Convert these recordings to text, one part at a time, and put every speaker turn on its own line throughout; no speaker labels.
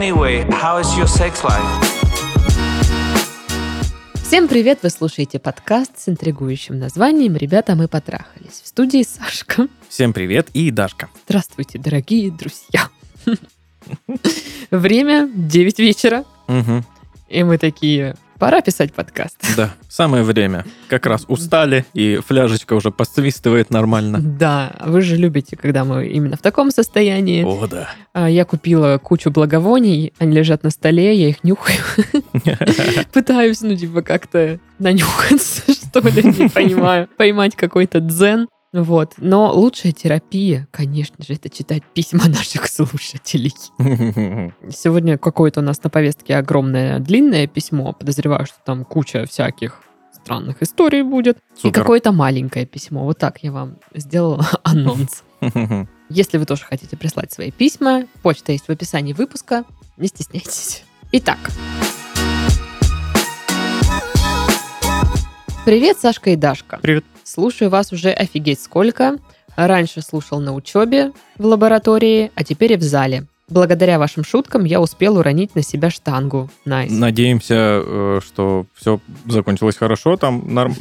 Anyway, how is your sex life?
Всем привет! Вы слушаете подкаст с интригующим названием «Ребята, мы потрахались». В студии Сашка.
Всем привет и Дашка.
Здравствуйте, дорогие друзья. Время 9 вечера.
Угу.
И мы такие, пора писать подкаст.
Да, самое время. Как раз устали, и фляжечка уже посвистывает нормально.
Да, вы же любите, когда мы именно в таком состоянии.
О, да.
Я купила кучу благовоний, они лежат на столе, я их нюхаю. Пытаюсь, как-то нанюхаться, что ли, не понимаю. Поймать какой-то дзен. Вот. Но лучшая терапия, конечно же, это читать письма наших слушателей. Сегодня какое-то у нас на повестке огромное длинное письмо. Подозреваю, что там куча всяких странных историй будет.
Супер.
И какое-то маленькое письмо. Вот так я вам сделала анонс. Если вы тоже хотите прислать свои письма, почта есть в описании выпуска. Не стесняйтесь. Итак. Привет, Сашка и Дашка.
Привет.
Слушаю вас уже офигеть сколько. Раньше слушал на учебе в лаборатории, а теперь и в зале. Благодаря вашим шуткам я успел уронить на себя штангу. Найс.
Надеемся, что все закончилось хорошо. Там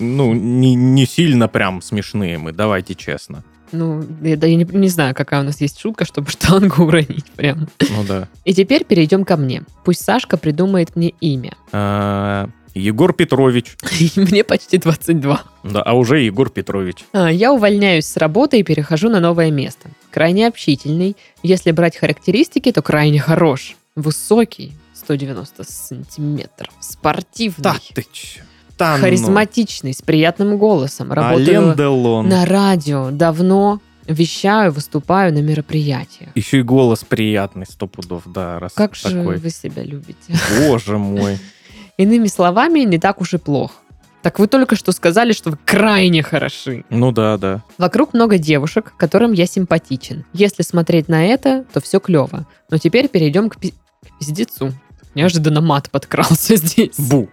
не сильно прям смешные мы, давайте честно.
Я не знаю, какая у нас есть шутка, чтобы штангу уронить прям.
Ну да.
И теперь перейдем ко мне. Пусть Сашка придумает мне имя.
Егор Петрович.
Мне почти 22.
Да, а уже Егор Петрович.
Я увольняюсь с работы и перехожу на новое место. Крайне общительный. Если брать характеристики, то крайне хорош. Высокий, 190 сантиметров. Спортивный.
Да ты че?
Харизматичный, с приятным голосом.
Ален
Работаю
Делон.
на радио. Давно вещаю, выступаю на мероприятиях.
Еще и голос приятный, 100 пудов, да. Раз
Как же
такой.
вы себя любите.
Боже мой.
Иными словами, не так уж и плохо. Так вы только что сказали, что вы крайне хороши.
Ну да.
Вокруг много девушек, которым я симпатичен. Если смотреть на это, то все клево. Но теперь перейдем к пиздецу. Неожиданно мат подкрался здесь.
Бу.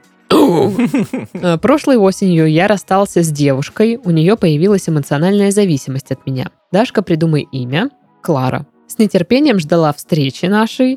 Прошлой осенью я расстался с девушкой, у нее появилась эмоциональная зависимость от меня. Дашка, придумай имя. Клара. С нетерпением ждала встречи нашей,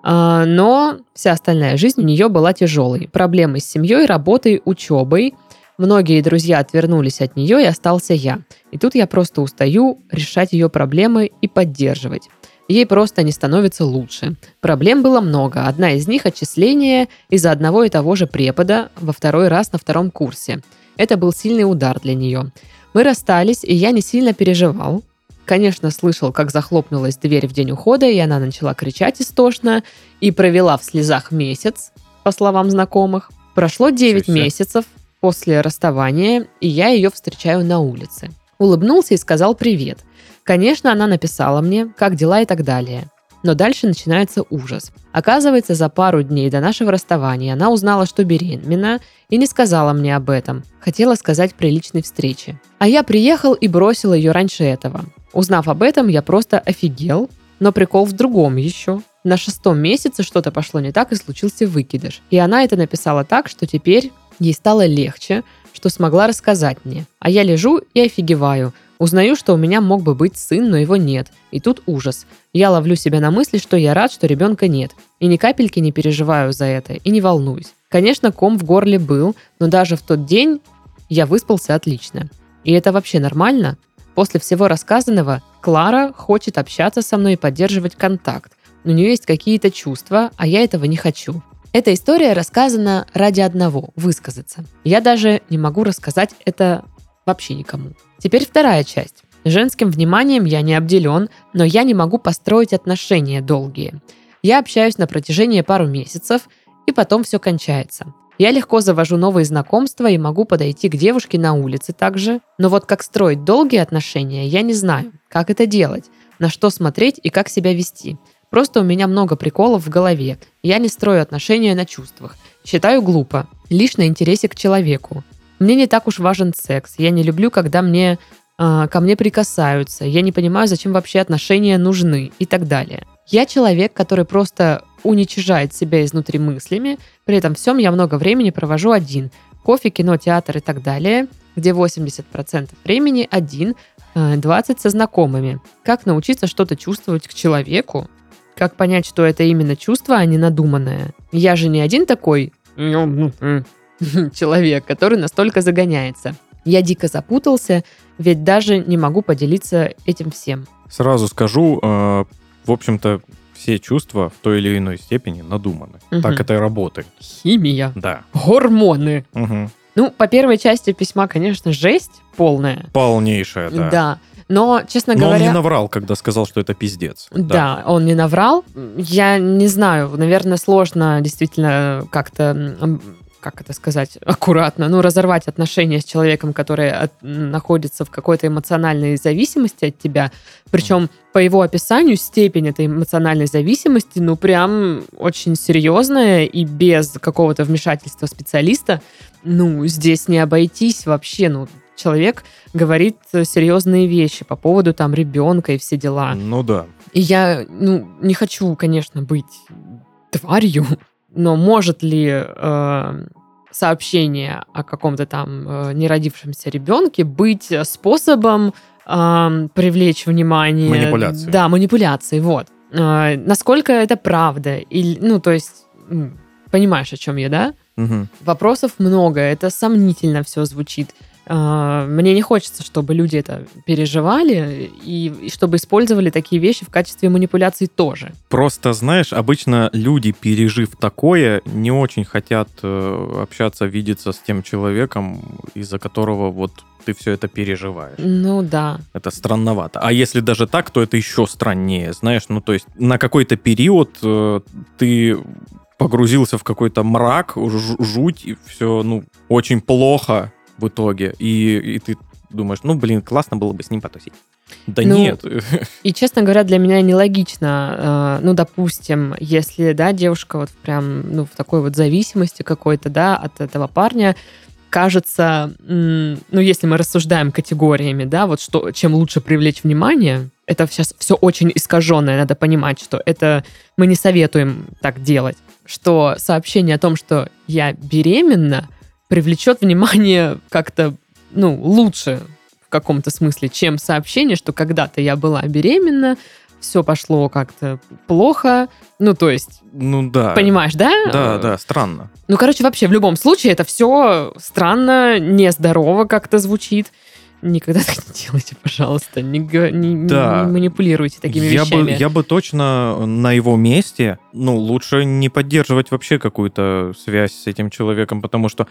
но вся остальная жизнь у нее была тяжелой. Проблемы с семьей, работой, учебой. Многие друзья отвернулись от нее, и остался я. И тут я просто устаю решать ее проблемы и поддерживать. Ей просто не становится лучше. Проблем было много. Одна из них – отчисление из-за одного и того же препода во второй раз на втором курсе. Это был сильный удар для нее. Мы расстались, и я не сильно переживал. Конечно, слышал, как захлопнулась дверь в день ухода, и она начала кричать истошно, и провела в слезах месяц, по словам знакомых. Прошло 9 месяцев после расставания, и я ее встречаю на улице. Улыбнулся и сказал привет. Конечно, она написала мне, как дела и так далее. Но дальше начинается ужас. Оказывается, за пару дней до нашего расставания она узнала, что беременна, и не сказала мне об этом. Хотела сказать при личной встрече. А я приехал и бросил ее раньше этого. Узнав об этом, я просто офигел. Но прикол в другом еще. На 6-м месяце что-то пошло не так, и случился выкидыш. И она это написала так, что теперь ей стало легче, что смогла рассказать мне. А я лежу и офигеваю. Узнаю, что у меня мог бы быть сын, но его нет. И тут ужас. Я ловлю себя на мысли, что я рад, что ребенка нет. И ни капельки не переживаю за это, и не волнуюсь. Конечно, ком в горле был, но даже в тот день я выспался отлично. И это вообще нормально? После всего рассказанного, Клара хочет общаться со мной и поддерживать контакт. У нее есть какие-то чувства, а я этого не хочу. Эта история рассказана ради одного – высказаться. Я даже не могу рассказать это вообще никому. Теперь вторая часть. Женским вниманием я не обделен, но я не могу построить отношения долгие. Я общаюсь на протяжении пару месяцев, и потом все кончается. Я легко завожу новые знакомства и могу подойти к девушке на улице также. Но вот как строить долгие отношения, я не знаю. Как это делать? На что смотреть и как себя вести? Просто у меня много приколов в голове. Я не строю отношения на чувствах. Считаю глупо. Лишь на интересе к человеку. Мне не так уж важен секс. Я не люблю, когда ко мне прикасаются. Я не понимаю, зачем вообще отношения нужны и так далее. Я человек, который просто уничижает себя изнутри мыслями. При этом всем я много времени провожу один. Кофе, кино, театр и так далее, где 80% времени один, 20% со знакомыми. Как научиться что-то чувствовать к человеку, Как понять, что это именно чувство, а не надуманное? Я же не один такой человек, который настолько загоняется. Я дико запутался, ведь даже не могу поделиться этим всем.
Сразу скажу, в общем-то, все чувства в той или иной степени надуманы. Так это и работает.
Химия.
Да.
Гормоны.
Угу.
Ну, по первой части письма, конечно, жесть полная.
Полнейшая, да.
Да. Но, честно
Но
говоря...
он не наврал, когда сказал, что это пиздец.
Да, он не наврал. Я не знаю, наверное, сложно действительно как-то, как это сказать, аккуратно, разорвать отношения с человеком, который находится в какой-то эмоциональной зависимости от тебя. Причем, по его описанию, степень этой эмоциональной зависимости, прям очень серьезная, и без какого-то вмешательства специалиста, здесь не обойтись вообще, человек говорит серьезные вещи по поводу там ребенка и все дела.
Ну да.
И я, не хочу, конечно, быть тварью, но может ли сообщение о каком-то там неродившемся ребенке быть способом привлечь внимание?
Манипуляции.
Да, манипуляции, вот. Насколько это правда? Или, то есть, понимаешь, о чем я, да?
Угу.
Вопросов много, это сомнительно все звучит. Мне не хочется, чтобы люди это переживали и чтобы использовали такие вещи в качестве манипуляций тоже.
Просто, знаешь, обычно люди, пережив такое, не очень хотят общаться, видеться с тем человеком, из-за которого вот ты все это переживаешь.
Ну да.
Это странновато. А если даже так, то это еще страннее, знаешь. То есть на какой-то период ты погрузился в какой-то мрак, жуть, и все, очень плохо в итоге. И ты думаешь, классно было бы с ним потусить. Да нет.
И, честно говоря, для меня нелогично, допустим, если, девушка вот прям, в такой вот зависимости какой-то, от этого парня, кажется, если мы рассуждаем категориями, чем лучше привлечь внимание, это сейчас все очень искаженное, надо понимать, что это мы не советуем так делать, что сообщение о том, что я беременна, привлечет внимание как-то, лучше в каком-то смысле, чем сообщение, что когда-то я была беременна, все пошло как-то плохо. То есть...
да.
Понимаешь, да?
Да, странно.
Вообще, в любом случае, это все странно, нездорово как-то звучит. Никогда так не делайте, пожалуйста. Не манипулируйте такими вещами.
Я бы точно на его месте, лучше не поддерживать вообще какую-то связь с этим человеком, потому что,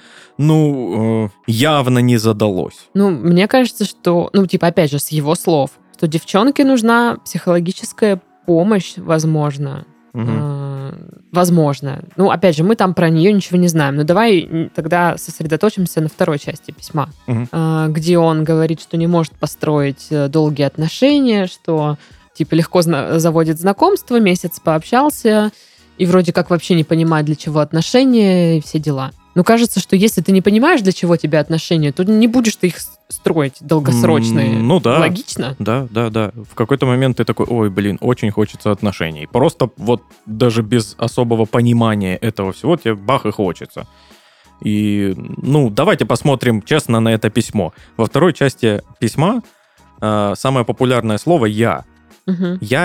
явно не задалось.
Мне кажется, что, опять же, с его слов, что девчонке нужна психологическая помощь, возможно.
Угу.
Возможно. Опять же, мы там про нее ничего не знаем. Но давай тогда сосредоточимся на второй части письма, где он говорит, что не может построить долгие отношения, что легко заводит знакомство, месяц пообщался, и вроде как вообще не понимает, для чего отношения и все дела. Кажется, что если ты не понимаешь, для чего тебе отношения, то не будешь ты их строить долгосрочные.
Да.
Логично?
Да. В какой-то момент ты такой, очень хочется отношений. Просто вот даже без особого понимания этого всего тебе бах и хочется. И, давайте посмотрим честно на это письмо. Во второй части письма самое популярное слово «я».
Угу.
Я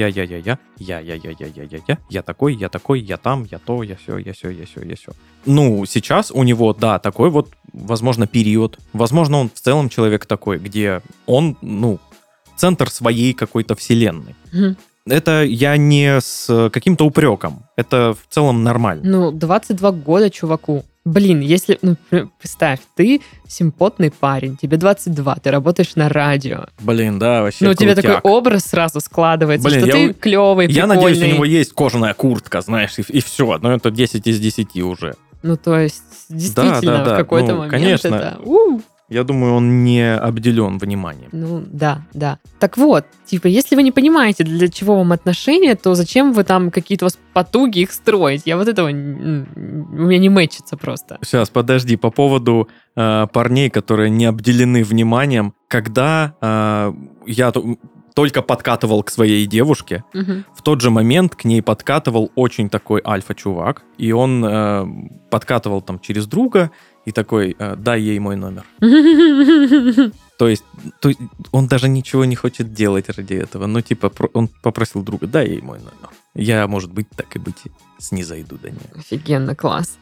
такой, я там, я то, я сё. Сейчас у него, такой вот, возможно, период. Возможно, он в целом человек такой, где он, центр своей какой-то вселенной.
Угу.
Это я не с каким-то упреком. Это в целом нормально.
22 года чуваку. Блин, если, представь, ты симпотный парень, тебе 22, ты работаешь на радио.
Блин, да, вообще
у тебя
крутяк.
такой образ сразу складывается, что ты клевый, прикольный.
Я надеюсь, у него есть кожаная куртка, знаешь, и все. Но это 10 из 10 уже.
То есть, действительно, в какой-то момент
конечно.
это...
Я думаю, он не обделен вниманием.
Да. Так вот, если вы не понимаете, для чего вам отношения, то зачем вы там какие-то у вас потуги их строить? Я вот этого... У меня не мэчится просто.
Сейчас, подожди, по поводу парней, которые не обделены вниманием. Когда я только подкатывал к своей девушке, в тот же момент к ней подкатывал очень такой альфа-чувак, и он подкатывал там через друга, и такой, дай ей мой номер. То есть он даже ничего не хочет делать ради этого. Ну, типа, он попросил друга, дай ей мой номер. Я, может быть, так и быть, снизойду до нее.
Офигенно, класс.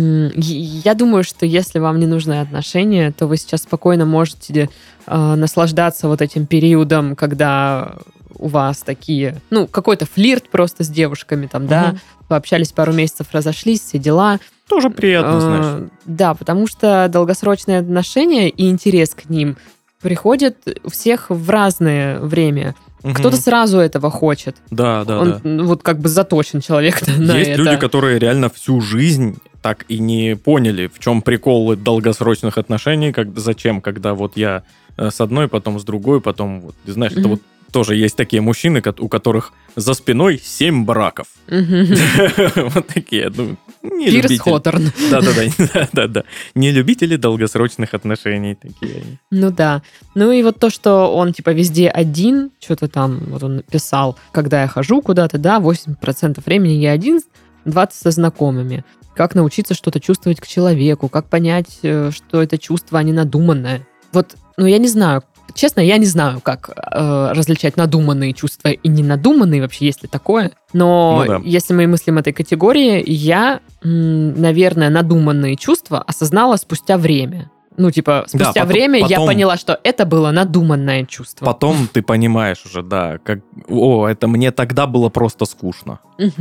Я думаю, что если вам не нужны отношения, то вы сейчас спокойно можете наслаждаться вот этим периодом, когда у вас такие, ну, какой-то флирт просто с девушками, там, да, пообщались пару месяцев, разошлись, все дела.
Тоже приятно, знаешь.
Да, потому что долгосрочные отношения и интерес к ним приходят у всех в разное время. Кто-то сразу этого хочет.
Да.
Он вот как бы заточен человек на это.
Есть люди, которые реально всю жизнь так и не поняли, в чем прикол долгосрочных отношений, зачем, когда вот я с одной, потом с другой, потом вот, знаешь, это вот тоже есть такие мужчины, у которых за спиной 7 браков. Вот такие, ну, не любители.
Пирс Хоторн.
Да. Не любители долгосрочных отношений такие.
Ну да. Ну и вот то, что он типа везде один, что-то там, вот он писал, когда я хожу куда-то, да, 80% времени я один, 20% со знакомыми. Как научиться что-то чувствовать к человеку, как понять, что это чувство, а не надуманное. Вот, ну я не знаю, честно, я не знаю, как различать надуманные чувства и ненадуманные, вообще, есть ли такое. Но если мы мыслим этой категории, я, наверное, надуманные чувства осознала спустя время. Ну, типа, спустя время я поняла, что это было надуманное чувство.
Потом ты понимаешь уже, да, как, это мне тогда было просто скучно.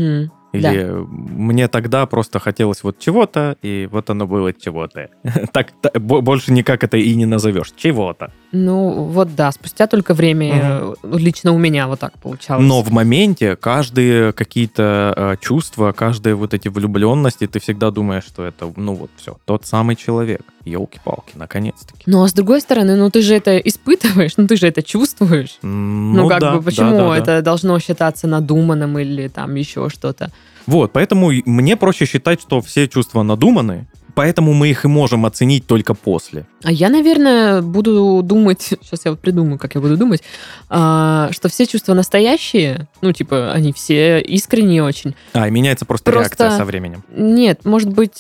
Или мне тогда просто хотелось вот чего-то, и вот оно было чего-то. Так больше никак это и не назовешь. Чего-то.
Ну, вот да, спустя только время лично у меня вот так получалось.
Но в моменте каждые какие-то чувства, каждые вот эти влюбленности, ты всегда думаешь, что это, ну вот все, тот самый человек. Елки-палки, наконец-таки.
Ну, а с другой стороны, ну ты же это испытываешь, ну ты же это чувствуешь. Ну, как бы, почему это должно считаться надуманным или там еще что-то?
Вот, поэтому мне проще считать, что все чувства надуманы, поэтому мы их и можем оценить только после.
А я, наверное, буду думать, сейчас я вот придумаю, как я буду думать, что все чувства настоящие, ну, типа, они все искренние очень.
И меняется просто реакция со временем.
Нет, может быть,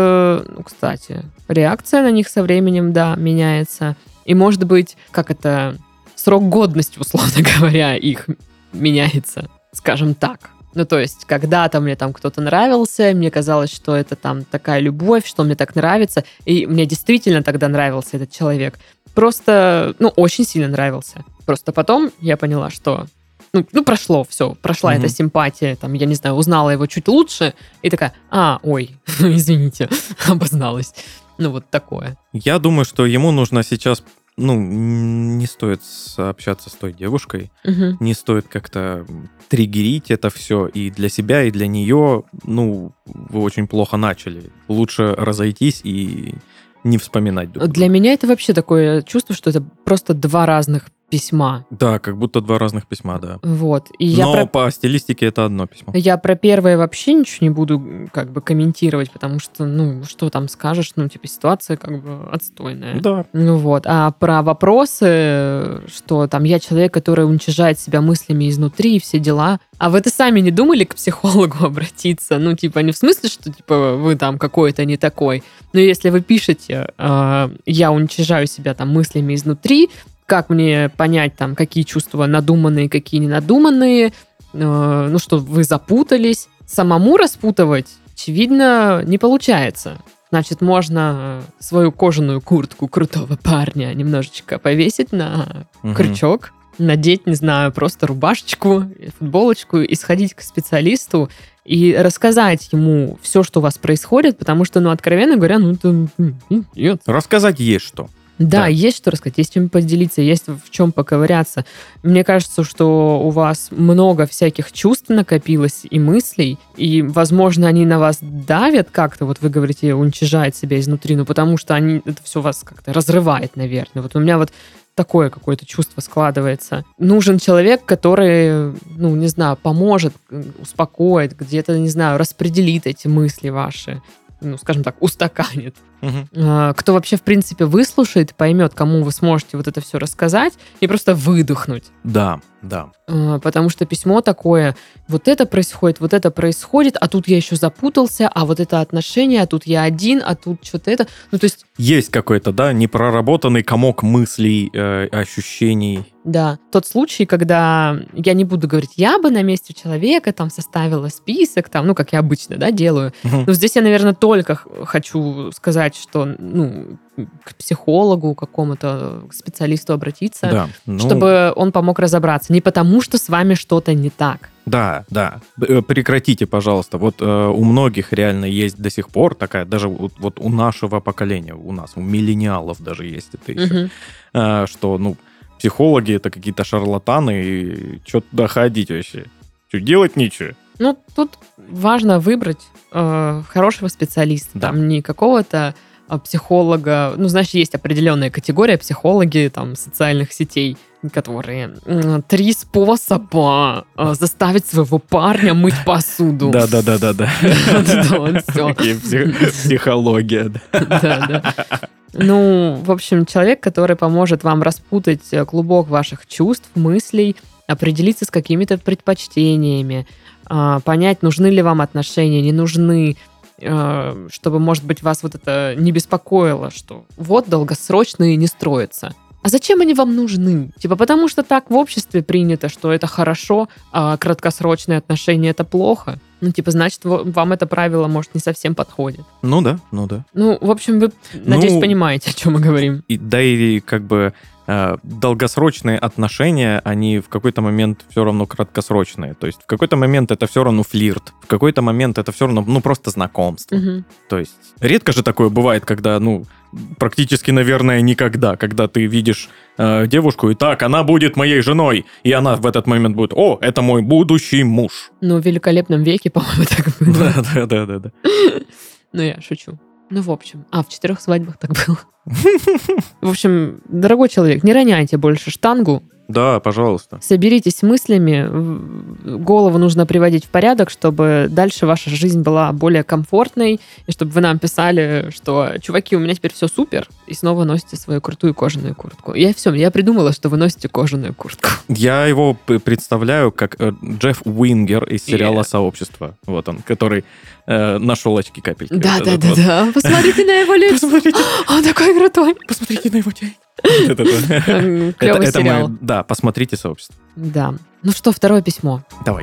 кстати, реакция на них со временем, да, меняется. И, может быть, срок годности, условно говоря, их меняется, скажем так. Ну, то есть, когда-то мне там кто-то нравился, мне казалось, что это там такая любовь, что мне так нравится, и мне действительно тогда нравился этот человек. Просто, очень сильно нравился. Просто потом я поняла, что, прошло все, прошла эта симпатия, там, я не знаю, узнала его чуть лучше, и такая, извините, обозналась. Ну, вот такое.
Я думаю, что ему нужно сейчас... не стоит общаться с той девушкой, не стоит как-то триггерить это все и для себя, и для нее. Вы очень плохо начали. Лучше разойтись и не вспоминать друг друга.
Для меня это вообще такое чувство, что это просто два разных письма.
Да, как будто два разных письма, да.
Вот.
Но по стилистике это одно письмо.
Я про первое вообще ничего не буду комментировать, потому что, что там скажешь, ситуация отстойная.
Да.
Вот. А про вопросы, что там я человек, который уничижает себя мыслями изнутри и все дела. А вы-то сами не думали к психологу обратиться? Не в смысле, что вы там какой-то не такой. Но если вы пишете, я уничижаю себя там мыслями изнутри, как мне понять, там, какие чувства надуманные, какие не надуманные, что вы запутались. Самому распутывать, очевидно, не получается. Значит, можно свою кожаную куртку крутого парня немножечко повесить на крючок, надеть, не знаю, просто рубашечку, футболочку и сходить к специалисту и рассказать ему все, что у вас происходит, потому что, откровенно говоря, это нет.
Рассказать есть что.
Да, есть что рассказать, есть чем поделиться, есть в чем поковыряться. Мне кажется, что у вас много всяких чувств накопилось и мыслей, и, возможно, они на вас давят как-то, вот вы говорите, уничижает себя изнутри, потому что это все вас как-то разрывает, наверное. Вот у меня вот такое какое-то чувство складывается. Нужен человек, который, не знаю, поможет, успокоит, где-то, не знаю, распределит эти мысли ваши, скажем так, устаканит. Кто вообще, в принципе, выслушает, поймет, кому вы сможете вот это все рассказать и просто выдохнуть.
Да.
Потому что письмо такое, вот это происходит, а тут я еще запутался, а вот это отношение, а тут я один, а тут что-то это. Ну, то есть...
Есть какой-то, да, непроработанный комок мыслей, ощущений.
Да, тот случай, когда я не буду говорить, я бы на месте человека там составила список, там, ну, как я обычно, да, делаю. Но здесь я, наверное, только хочу сказать, что, ну, к психологу какому-то, к специалисту обратиться, чтобы он помог разобраться. Не потому, что с вами что-то не так.
Да. Прекратите, пожалуйста. Вот у многих реально есть до сих пор такая, даже вот у нашего поколения, у миллениалов даже есть это еще, что, ну, психологи это какие-то шарлатаны, и что туда ходить вообще? Что, делать нечего?
Ну, тут важно выбрать хорошего специалиста,
Да.
там не какого-то психолога, ну, значит, есть определенная категория психологи там социальных сетей, которые 3 способа заставить своего парня мыть посуду.
Да. Психология.
Да. Ну, в общем, человек, который поможет вам распутать клубок ваших чувств, мыслей, определиться с какими-то предпочтениями, понять, нужны ли вам отношения, не нужны, чтобы, может быть, вас вот это не беспокоило, что вот долгосрочные не строятся. А зачем они вам нужны? Типа потому что так в обществе принято, что это хорошо, а краткосрочные отношения это плохо. Ну, типа, значит, вам это правило, может, не совсем подходит.
Ну да.
Ну, в общем, вы, надеюсь, понимаете, о чем мы говорим.
И как бы долгосрочные отношения, они в какой-то момент все равно краткосрочные. То есть в какой-то момент это все равно флирт, в какой-то момент это все равно, ну, просто знакомство.
Угу.
То есть редко же такое бывает, когда, ну, практически, наверное, никогда, когда ты видишь девушку, и так, она будет моей женой, и она в этот момент будет, о, это мой будущий муж.
Ну, в «Великолепном веке», по-моему, так было.
Да.
Ну, я шучу. Ну, в общем. В 4 свадьбах так было. В общем, дорогой человек, не роняйте больше штангу.
Да, пожалуйста.
Соберитесь с мыслями, голову нужно приводить в порядок, чтобы дальше ваша жизнь была более комфортной, и чтобы вы нам писали, что, чуваки, у меня теперь все супер, и снова носите свою крутую кожаную куртку. Я придумала, что вы носите кожаную куртку.
Я его представляю как Джефф Уингер из сериала «Сообщество». Вот он, который нашел очки-капельки.
Да. Посмотрите на его лицо. Он такой крутой.
Посмотрите на его тень.
Клевый сериал.
Да, посмотрите «Сообщество».
Да. Ну что, второе письмо.
Давай.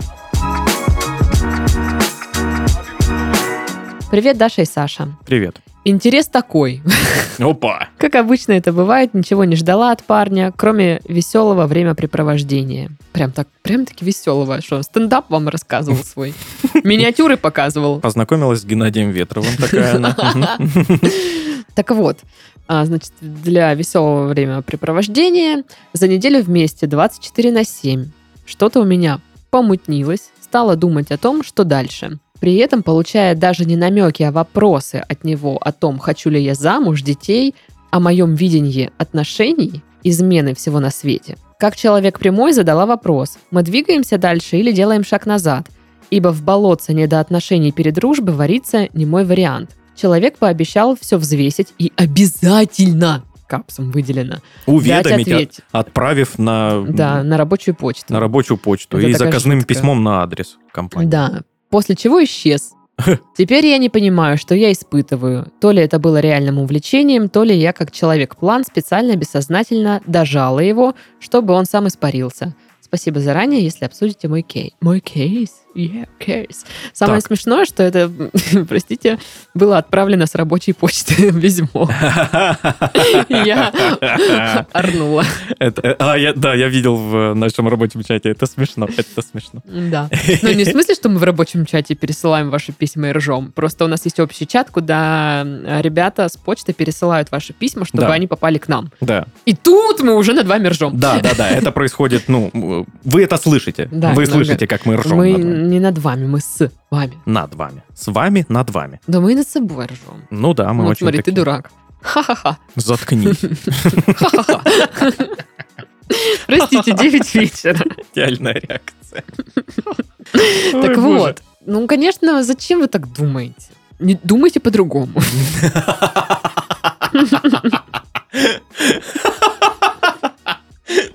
Привет, Даша и Саша.
Привет.
Интерес такой.
Опа!
Как обычно это бывает, ничего не ждала от парня, кроме веселого времяпрепровождения. Прям-таки веселого. Что, стендап вам рассказывал свой? Миниатюры показывал?
Познакомилась с Геннадием Ветровым, такая она.
Так вот, значит, для веселого времяпрепровождения за неделю вместе 24/7. Что-то у меня помутнилось, стала думать о том, что дальше. При этом получая даже не намеки, а вопросы от него о том, хочу ли я замуж, детей, о моем видении отношений, измены всего на свете. Как человек прямой задала вопрос, мы двигаемся дальше или делаем шаг назад, ибо в болотце недоотношений перед дружбой варится не мой вариант. Человек пообещал все взвесить и обязательно, капсом выделено,
уведомить, отправив на
рабочую почту.
На рабочую почту и заказным письмом на адрес компании.
Да. После чего исчез. Теперь я не понимаю, что я испытываю. То ли это было реальным увлечением, то ли я как человек-план специально бессознательно дожала его, чтобы он сам испарился. Спасибо заранее, если обсудите мой кейс. Мой кейс? Yeah, кейс. Самое смешное, что это, простите, было отправлено с рабочей почты письмо. Я орнула.
Я видел в нашем рабочем чате. Это смешно.
Да. Ну, не в смысле, что мы в рабочем чате пересылаем ваши письма и ржем. Просто у нас есть общий чат, куда ребята с почты пересылают ваши письма, чтобы они попали к нам.
Да.
И тут мы уже над вами ржем.
Да. Это происходит, вы это слышите. Вы слышите, как мы ржем.
Мы не над вами, мы с вами.
Над вами. С вами, над вами.
Да мы и над собой ржем.
Ну да, мы очень
смотри,
такие.
ты дурак. Ха-ха-ха.
Заткнись.
Ха-ха-ха. Простите, 9 вечера.
Идеальная реакция.
Так вот. Ну, конечно, зачем вы так думаете? Не думайте по-другому.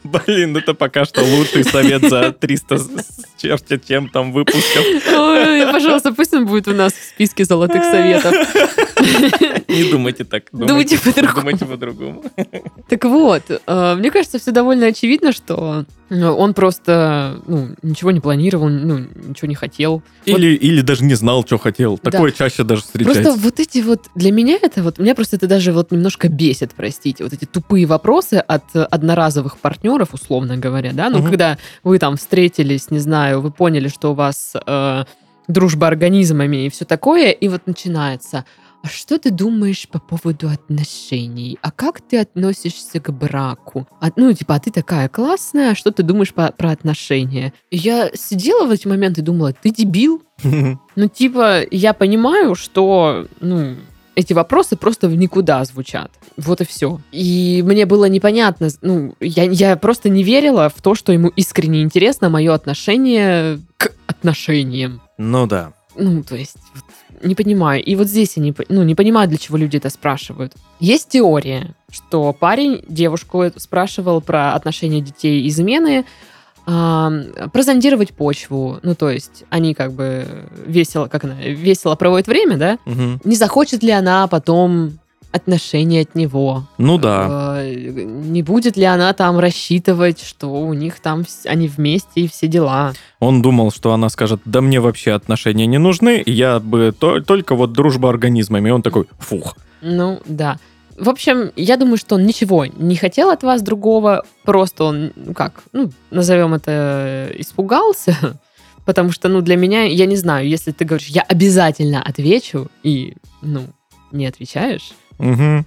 Блин, это пока что лучший совет за 300 с черти чем там выпусков.
Ой, пожалуйста, пусть он будет у нас в списке золотых советов.
Не думайте так.
Думайте по-другому.
Думайте по-другому.
Так вот, мне кажется, все довольно очевидно, что он просто ничего не планировал, ничего не хотел.
Или даже не знал, что хотел. Такое чаще даже встречается.
Просто вот эти вот, для меня это вот, меня просто это даже вот немножко бесит, простите, вот эти тупые вопросы от одноразовых партнеров, условно говоря, да, когда вы там встретились, не знаю, вы поняли, что у вас дружба организмами и все такое, и вот начинается: а что ты думаешь по поводу отношений? А как ты относишься к браку? А ты такая классная, а что ты думаешь про отношения? И я сидела в эти моменты и думала: ты дебил? Я понимаю, что, эти вопросы просто в никуда звучат. Вот и все. И мне было непонятно, я просто не верила в то, что ему искренне интересно мое отношение к отношениям.
Ну да.
Не понимаю. И вот здесь я не понимаю, для чего люди это спрашивают. Есть теория, что парень девушку спрашивал про отношения детей и измены, прозондировать почву. Они как бы весело проводят время, да?
Угу.
Не захочет ли она потом отношения от него?
Ну да.
Не будет ли она там рассчитывать, что у них там они вместе и все дела?
Он думал, что она скажет: да мне вообще отношения не нужны, я бы только вот дружба организмами. И он такой: фух.
Ну, да. В общем, я думаю, что он ничего не хотел от вас другого, просто он, назовем это, испугался, потому что, для меня, я не знаю, если ты говоришь: я обязательно отвечу, и, не отвечаешь,
Угу.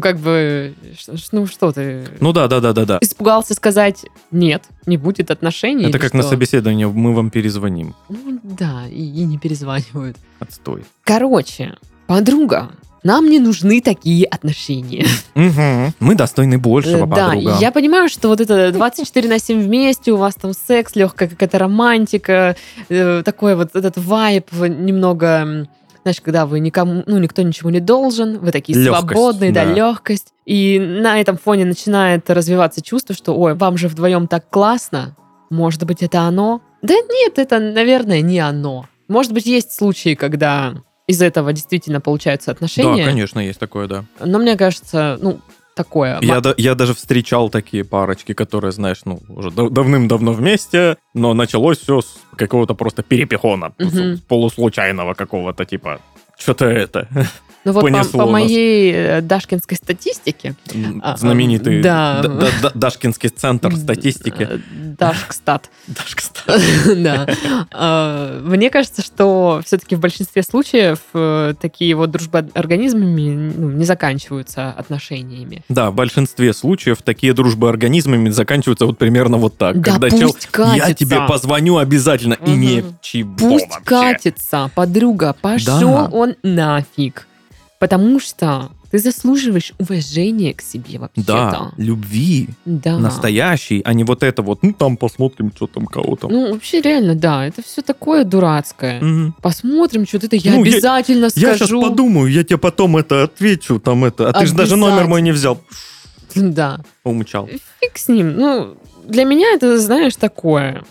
что ты...
Ну да.
Испугался сказать: нет, не будет отношений.
Это как на собеседовании: мы вам перезвоним.
Да, и не перезванивают.
Отстой.
Короче, подруга, нам не нужны такие отношения.
Угу. Мы достойны большего, подруга.
Да, я понимаю, что вот это 24/7 вместе, у вас там секс, легкая какая-то романтика, такой вот этот вайб немного... Знаешь, когда вы никому, никто ничего не должен, вы такие
легкость,
свободные, да, легкость. И на этом фоне начинает развиваться чувство, что, ой, вам же вдвоем так классно, может быть, это оно? Да нет, это, наверное, не оно. Может быть, есть случаи, когда из этого действительно получаются отношения.
Да, конечно, есть такое, да.
Но мне кажется, такое.
Я даже встречал такие парочки, которые, знаешь, уже давным-давно вместе, но началось все с какого-то просто перепихона, с полуслучайного какого-то, типа, что-то это...
по моей дашкинской статистике...
Знаменитый Дашкинский центр статистики.
Дашкстат.
Дашкстат.
Да. Мне кажется, что все-таки в большинстве случаев такие вот дружбы организмами не заканчиваются отношенними.
Да, в большинстве случаев такие дружбы организмами заканчиваются вот примерно вот так.
Да,
когда
пусть катится.
Я тебе позвоню обязательно, и ничего
пусть
вообще.
Катится, подруга, пошел он нафиг. Потому что ты заслуживаешь уважения к себе вообще-то.
Да, любви.
Да.
Настоящей, а не вот это вот, там посмотрим, что там, кого там.
Вообще реально, да, это все такое дурацкое.
Угу.
Посмотрим, что это я обязательно скажу.
Я сейчас подумаю, я тебе потом это отвечу, там это. А ты же даже номер мой не взял.
Да.
Умчал.
Фиг с ним. Для меня это, знаешь, такое,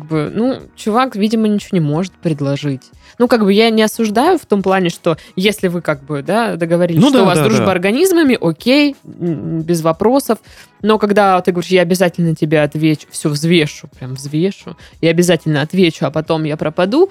чувак, видимо, ничего не может предложить. Я не осуждаю в том плане, что если вы договорились, что у вас дружба организмами, окей, без вопросов. Но когда ты говоришь: я обязательно тебе отвечу, все взвешу, я обязательно отвечу, а потом я пропаду,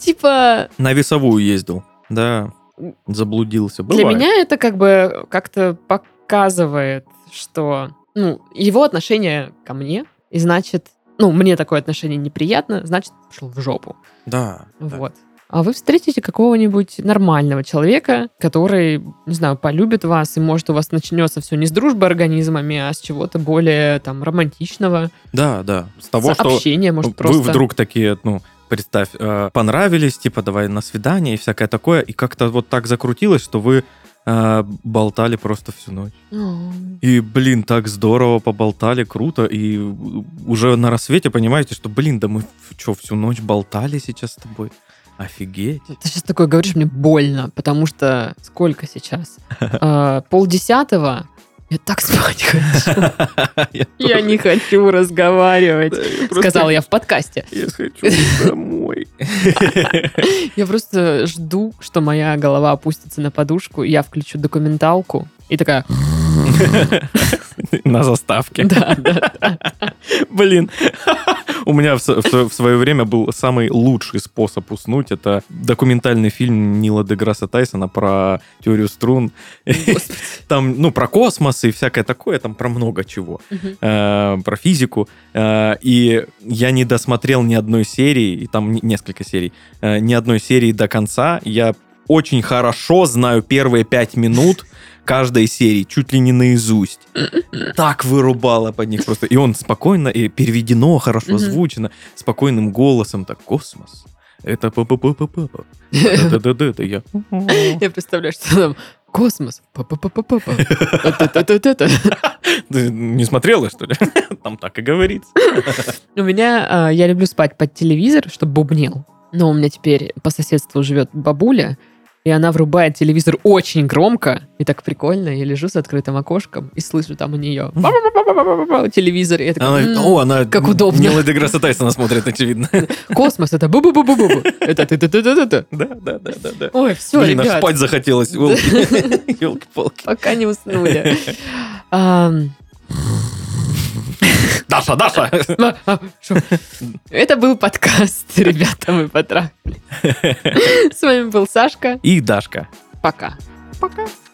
На весовую ездил, да, заблудился. Бывает.
Для меня это как-то показывает, что его отношение ко мне, и значит, мне такое отношение неприятно, значит, пошел в жопу.
Да.
Вот. А вы встретите какого-нибудь нормального человека, который, не знаю, полюбит вас, и может у вас начнется все не с дружбы организмами, а с чего-то более там романтичного.
Да. С того, что
общения, может, просто.
Вы вдруг такие, представь, понравились, типа, давай на свидание и всякое такое, и как-то вот так закрутилось, что вы болтали просто всю ночь. И, так здорово поболтали, круто, и уже на рассвете понимаете, что, да мы всю ночь болтали сейчас с тобой? Офигеть.
Ты сейчас такое говоришь, мне больно, потому что сколько сейчас? 9:30, Я так спать хочу. Я не хочу разговаривать. Сказала я в подкасте.
Я хочу домой.
Я просто жду, что моя голова опустится на подушку, я включу документалку и такая...
На заставке.
Да.
Блин. У меня в свое время был самый лучший способ уснуть. Это документальный фильм Нила Деграсса Тайсона про теорию струн. Там, про космос и всякое такое, там про много чего. Про физику. И я не досмотрел ни одной серии, и там несколько серий, ни одной серии до конца. Я очень хорошо знаю первые 5 минут каждой серии, чуть ли не наизусть. Так вырубало под них просто. И он спокойно, и переведено, хорошо озвучено, спокойным голосом, так, космос. Это па-па-па-па-па. Это я.
Я представляю, что там космос. Па-па-па-па-па.
Ты не смотрела, что ли? Там так и говорится.
У меня, я люблю спать под телевизор, чтобы бубнил. Но у меня теперь по соседству живет бабуля, и она врубает телевизор очень громко, и так прикольно. Я лежу с открытым окошком и слышу там у нее телевизор. И я такая,
она
как удобно.
Нила Деграсса Тайсона смотрит, очевидно.
Космос, это бу-бу-бу-бу-бу. Это ты-ты-ты-ты-ты.
Да.
Ой, все,
Блин, аж
ребят.
спать захотелось. Ёлки-палки.
Пока не уснули.
Даша!
Шо? Это был подкаст, ребята, мы потрахались. С вами был Сашка.
И Дашка.
Пока.
Пока.